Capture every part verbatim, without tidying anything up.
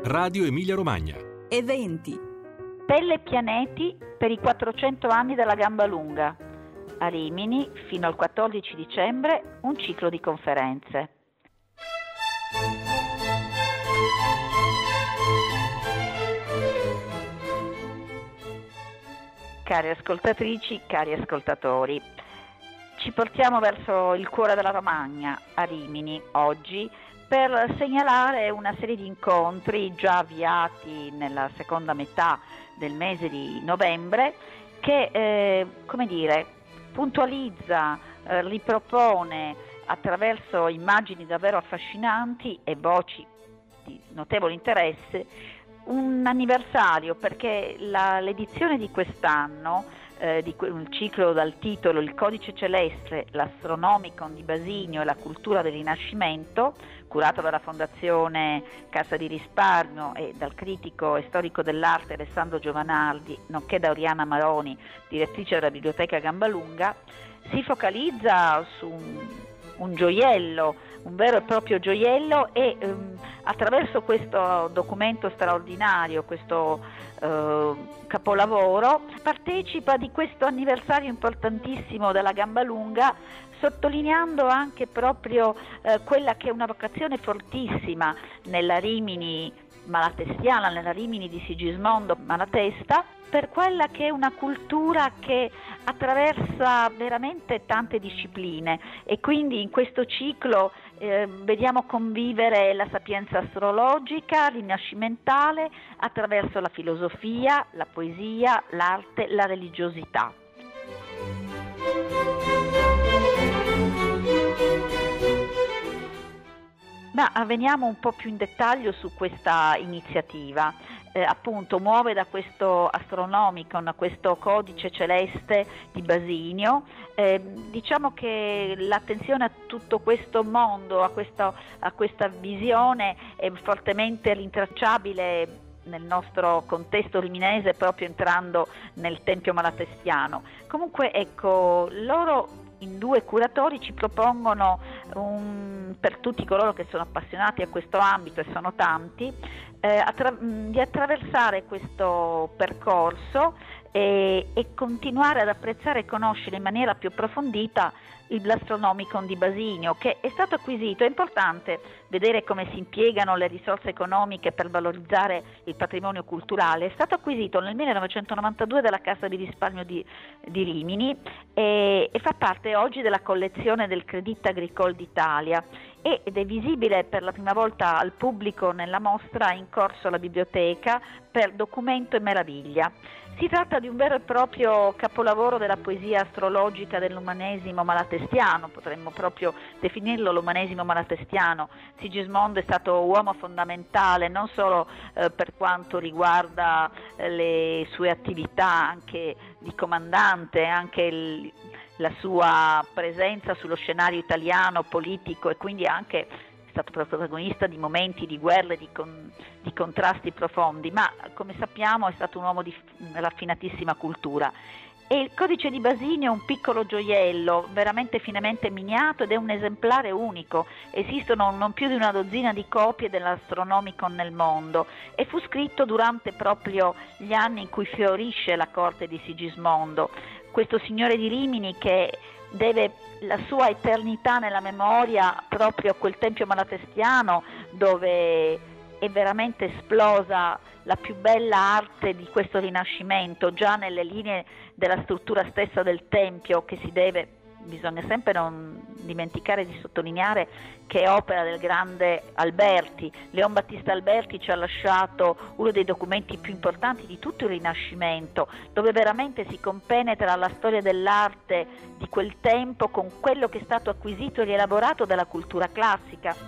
Radio Emilia Romagna. Eventi. Pelle e pianeti per i quattrocento anni della Gamba Lunga. A Rimini, fino al quattordici dicembre, un ciclo di conferenze. Cari ascoltatrici, cari ascoltatori, ci portiamo verso il cuore della Romagna, a Rimini, oggi, per segnalare una serie di incontri già avviati nella seconda metà del mese di novembre che, eh, come dire, puntualizza, eh, ripropone attraverso immagini davvero affascinanti e voci di notevole interesse un anniversario, perché la, l'edizione di quest'anno eh, di un ciclo dal titolo Il Codice Celeste, l'Astronomicon di Basigno e la cultura del Rinascimento, curato dalla Fondazione Cassa di Risparmio e dal critico e storico dell'arte Alessandro Giovanardi, nonché da Oriana Maroni, direttrice della Biblioteca Gambalunga, si focalizza su un, un gioiello, un vero e proprio gioiello, e ehm, attraverso questo documento straordinario, questo eh, capolavoro, partecipa di questo anniversario importantissimo della Gambalunga, sottolineando anche proprio eh, quella che è una vocazione fortissima nella Rimini malatestiana, nella Rimini di Sigismondo Malatesta, per quella che è una cultura che attraversa veramente tante discipline, e quindi in questo ciclo eh, vediamo convivere la sapienza astrologica, rinascimentale, attraverso la filosofia, la poesia, l'arte, la religiosità. Ma veniamo un po' più in dettaglio su questa iniziativa. Eh, appunto muove da questo Astronomicon, questo codice celeste di Basigno. Eh, diciamo che l'attenzione a tutto questo mondo, a, questo, a questa visione è fortemente rintracciabile nel nostro contesto riminese, proprio entrando nel Tempio malatestiano. Comunque ecco, loro in due curatori ci propongono un, per tutti coloro che sono appassionati a questo ambito, e sono tanti, eh, attra- di attraversare questo percorso e, e continuare ad apprezzare e conoscere in maniera più approfondita l'Astronomicon di Basigno, che è stato acquisito. È importante vedere come si impiegano le risorse economiche per valorizzare il patrimonio culturale. È stato acquisito nel millenovecentonovantadue dalla Cassa di Risparmio di, di Rimini e, e fa parte oggi della collezione del Crédit Agricole d'Italia, ed è visibile per la prima volta al pubblico nella mostra in corso alla biblioteca per Documento e Meraviglia. Si tratta di un vero e proprio capolavoro della poesia astrologica dell'umanesimo malatestiano, potremmo proprio definirlo l'umanesimo malatestiano. Sigismondo è stato uomo fondamentale non solo eh, per quanto riguarda eh, le sue attività anche di comandante, anche il, la sua presenza sullo scenario italiano politico, e quindi anche è stato protagonista di momenti di guerre, di, con, di contrasti profondi, ma come sappiamo è stato un uomo di raffinatissima cultura. E il Codice di Basigno è un piccolo gioiello veramente finemente miniato ed è un esemplare unico. Esistono non più di una dozzina di copie dell'Astronomicon nel mondo, e fu scritto durante proprio gli anni in cui fiorisce la corte di Sigismondo, questo signore di Rimini che deve la sua eternità nella memoria proprio a quel Tempio malatestiano, dove è veramente esplosa la più bella arte di questo Rinascimento, già nelle linee della struttura stessa del Tempio, che si deve, bisogna sempre non dimenticare di sottolineare che è opera del grande Alberti. Leon Battista Alberti ci ha lasciato uno dei documenti più importanti di tutto il Rinascimento, dove veramente si compenetra la storia dell'arte di quel tempo con quello che è stato acquisito e rielaborato dalla cultura classica.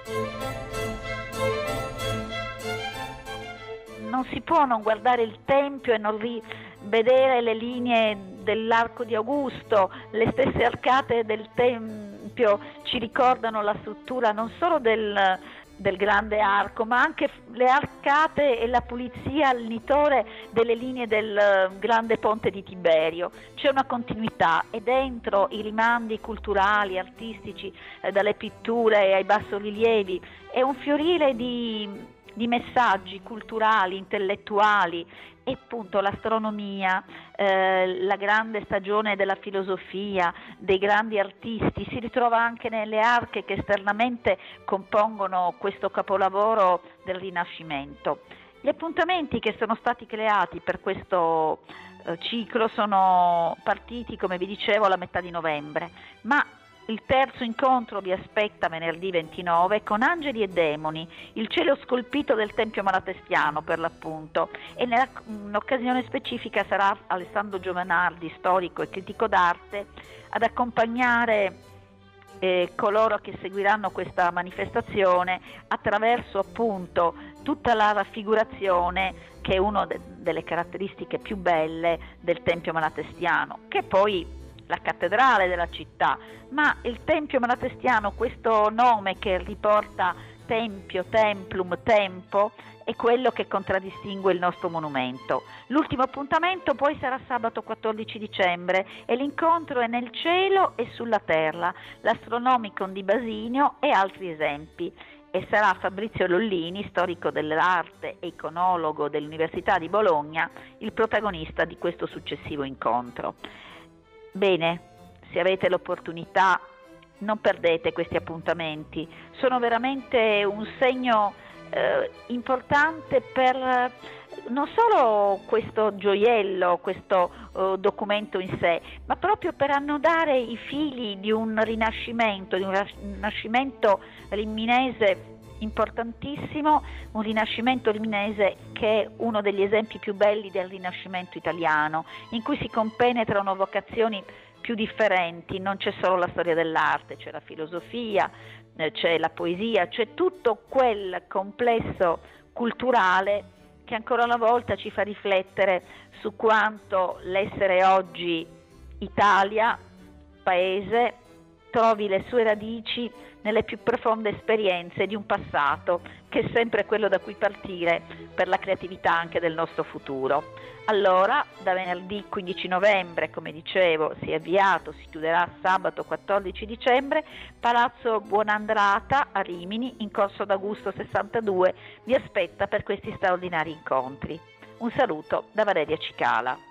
Non si può non guardare il Tempio e non rivedere le linee dell'Arco di Augusto. Le stesse arcate del Tempio ci ricordano la struttura non solo del, del grande arco, ma anche le arcate e la pulizia al nitore delle linee del grande ponte di Tiberio. C'è una continuità, e dentro i rimandi culturali, artistici, eh, dalle pitture ai bassorilievi, è un fiorile di di messaggi culturali, intellettuali, e appunto l'astronomia, eh, la grande stagione della filosofia, dei grandi artisti, si ritrova anche nelle arche che esternamente compongono questo capolavoro del Rinascimento. Gli appuntamenti che sono stati creati per questo eh, ciclo sono partiti, come vi dicevo, alla metà di novembre, ma il terzo incontro vi aspetta venerdì ventinove con Angeli e Demoni, il cielo scolpito del Tempio Malatestiano per l'appunto, e nell'occasione specifica sarà Alessandro Giovanardi, storico e critico d'arte, ad accompagnare eh, coloro che seguiranno questa manifestazione attraverso appunto tutta la raffigurazione, che è una de- delle caratteristiche più belle del Tempio Malatestiano, che poi la cattedrale della città, ma il Tempio Malatestiano, questo nome che riporta tempio, templum, tempo, è quello che contraddistingue il nostro monumento. L'ultimo appuntamento poi sarà sabato quattordici dicembre e l'incontro è nel cielo e sulla terra, l'Astronomicon di Basinio e altri esempi. E sarà Fabrizio Lollini, storico dell'arte e iconologo dell'Università di Bologna, il protagonista di questo successivo incontro. Bene, se avete l'opportunità non perdete questi appuntamenti, sono veramente un segno eh, importante per non solo questo gioiello, questo uh, documento in sé, ma proprio per annodare i fili di un rinascimento, di un rinascimento rimminese importantissimo, un rinascimento riminese che è uno degli esempi più belli del rinascimento italiano, in cui si compenetrano vocazioni più differenti, non c'è solo la storia dell'arte, c'è la filosofia, eh, c'è la poesia, c'è tutto quel complesso culturale che ancora una volta ci fa riflettere su quanto l'essere oggi Italia, paese, trovi le sue radici nelle più profonde esperienze di un passato che è sempre quello da cui partire per la creatività anche del nostro futuro. Allora, da venerdì quindici novembre, come dicevo, si è avviato, si chiuderà sabato quattordici dicembre, Palazzo Buonandrata a Rimini, in Corso d'Augusto sessantadue, vi aspetta per questi straordinari incontri. Un saluto da Valeria Cicala.